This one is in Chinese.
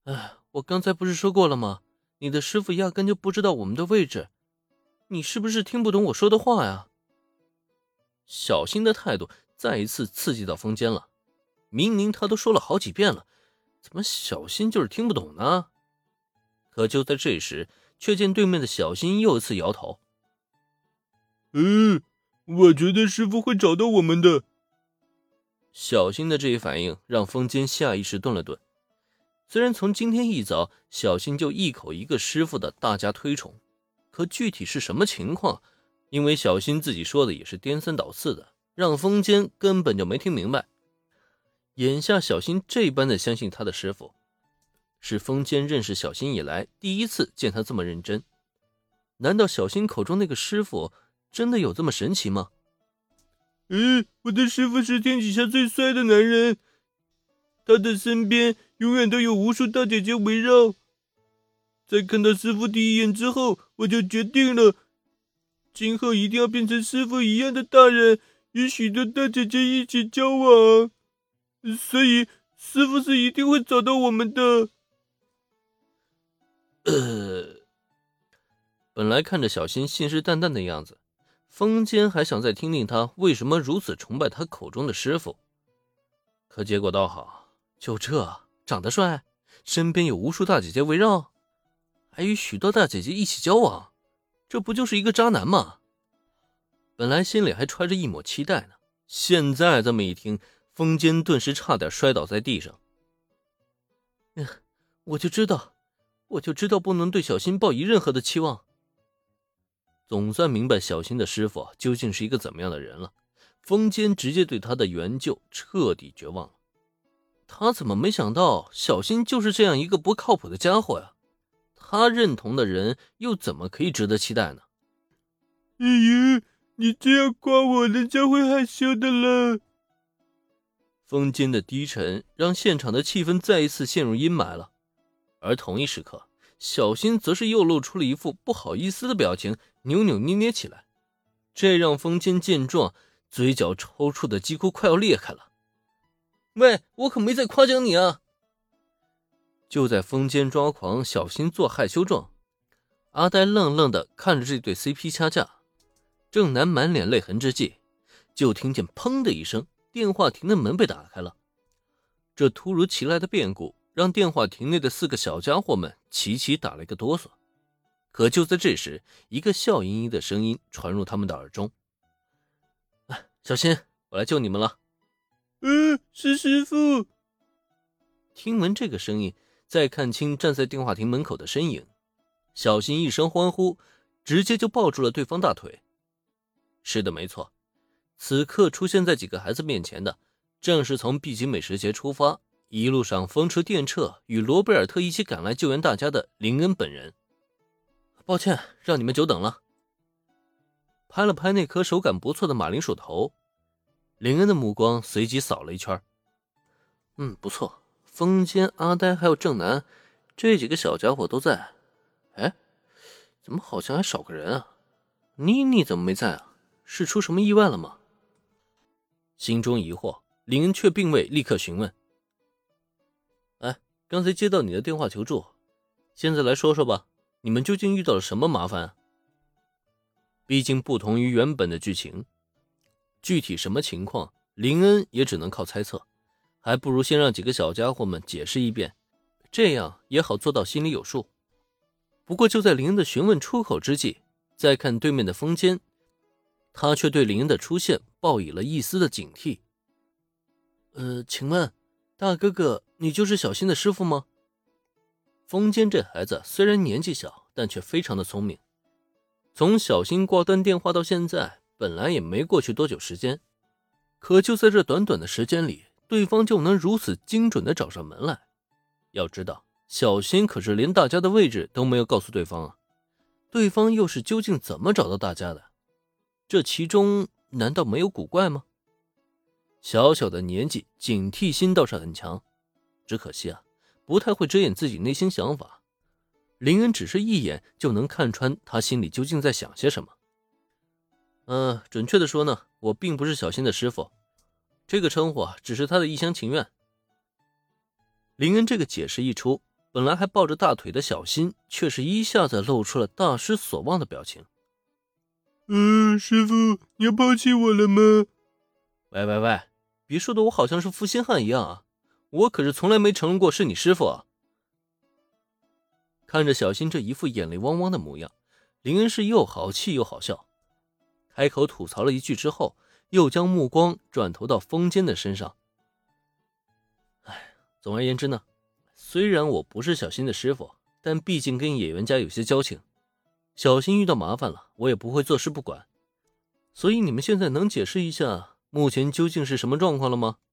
我刚才不是说过了吗？你的师傅压根就不知道我们的位置，你是不是听不懂我说的话呀？小新的态度再一次刺激到风间了，明明他都说了好几遍了，怎么小新就是听不懂呢？可就在这时，却见对面的小新又一次摇头。 我觉得师傅会找到我们的。 小新的这一反应让风间下意识顿了顿。虽然从今天一早，小新就一口一个师傅的大加推崇，可具体是什么情况，因为小新自己说的也是颠三倒四的，让风间根本就没听明白。眼下小新这般的相信他的师傅，是风间认识小新以来第一次见他这么认真。难道小新口中那个师傅真的有这么神奇吗？ 我的师傅是天底下最帅的男人，他的身边永远都有无数大姐姐围绕。在看到师傅第一眼之后，我就决定了，今后一定要变成师傅一样的大人，与许多大姐姐一起交往。所以，师傅是一定会找到我们的。 本来看着小新信誓旦旦的样子，风间还想再听听他为什么如此崇拜他口中的师傅，可结果倒好，就这长得帅，身边有无数大姐姐围绕，还与许多大姐姐一起交往，这不就是一个渣男吗？本来心里还揣着一抹期待呢，现在这么一听，风间顿时差点摔倒在地上。我就知道不能对小新抱以任何的期望。总算明白小新的师傅究竟是一个怎么样的人了，风间直接对他的援救彻底绝望了。他怎么没想到小新就是这样一个不靠谱的家伙呀？他认同的人又怎么可以值得期待呢？ 哎呀，你这样夸我，人家会害羞的了。 风间的低沉让现场的气氛再一次陷入阴霾了，而同一时刻，小新则是又露出了一副不好意思的表情，扭扭捏捏起来，这让风间见状，嘴角抽搐的几乎快要裂开了。喂，我可没在夸奖你啊！就在风间抓狂，小新做害羞状，阿呆愣愣地看着这对 CP 掐架，正南满脸泪痕之际，就听见砰的一声，电话亭的门被打开了。这突如其来的变故让电话亭内的4个小家伙们齐齐打了一个哆嗦。可就在这时，一个笑盈盈的声音传入他们的耳中：小新，我来救你们了。 是师傅。 听闻这个声音，再看清站在电话亭门口的身影，小新一声欢呼，直接就抱住了对方大腿。是的，没错，此刻出现在几个孩子面前的，正是从 B 级美食节出发，一路上风驰电掣与罗贝尔特一起赶来救援大家的林恩本人。抱歉，让你们久等了。拍了拍那颗手感不错的马铃薯头，林恩的目光随即扫了一圈。不错，风间、阿呆还有正南这几个小家伙都在。怎么好像还少个人啊？妮妮怎么没在啊？是出什么意外了吗？心中疑惑，林恩却并未立刻询问。刚才接到你的电话求助，现在来说说吧，你们究竟遇到了什么麻烦啊？毕竟不同于原本的剧情，具体什么情况，林恩也只能靠猜测，还不如先让几个小家伙们解释一遍，这样也好做到心里有数。不过就在林恩的询问出口之际，再看对面的风间，他却对林恩的出现抱以了一丝的警惕。请问大哥哥，你就是小新的师傅吗？风间这孩子虽然年纪小，但却非常的聪明。从小新挂断电话到现在，本来也没过去多久时间，可就在这短短的时间里，对方就能如此精准地找上门来。要知道，小新可是连大家的位置都没有告诉对方啊，对方又是究竟怎么找到大家的？这其中难道没有古怪吗？小小的年纪，警惕心倒是很强，只可惜啊，不太会遮掩自己内心想法。林恩只是一眼就能看穿他心里究竟在想些什么。准确的说呢，我并不是小新的师傅，这个称呼只是他的一厢情愿。林恩这个解释一出， 本来还抱着大腿的小新却是一下子露出了大失所望的表情。 师傅，你要抛弃我了吗？ 喂，别说的我好像是负心汉一样啊，我可是从来没承认过是你师傅啊。看着小新这一副眼泪汪汪的模样，林恩是又好气又好笑，开口吐槽了一句之后，又将目光转投到风间的身上。总而言之呢，虽然我不是小新的师傅，但毕竟跟野原家有些交情，小新遇到麻烦了，我也不会坐视不管。所以你们现在能解释一下目前究竟是什么状况了吗？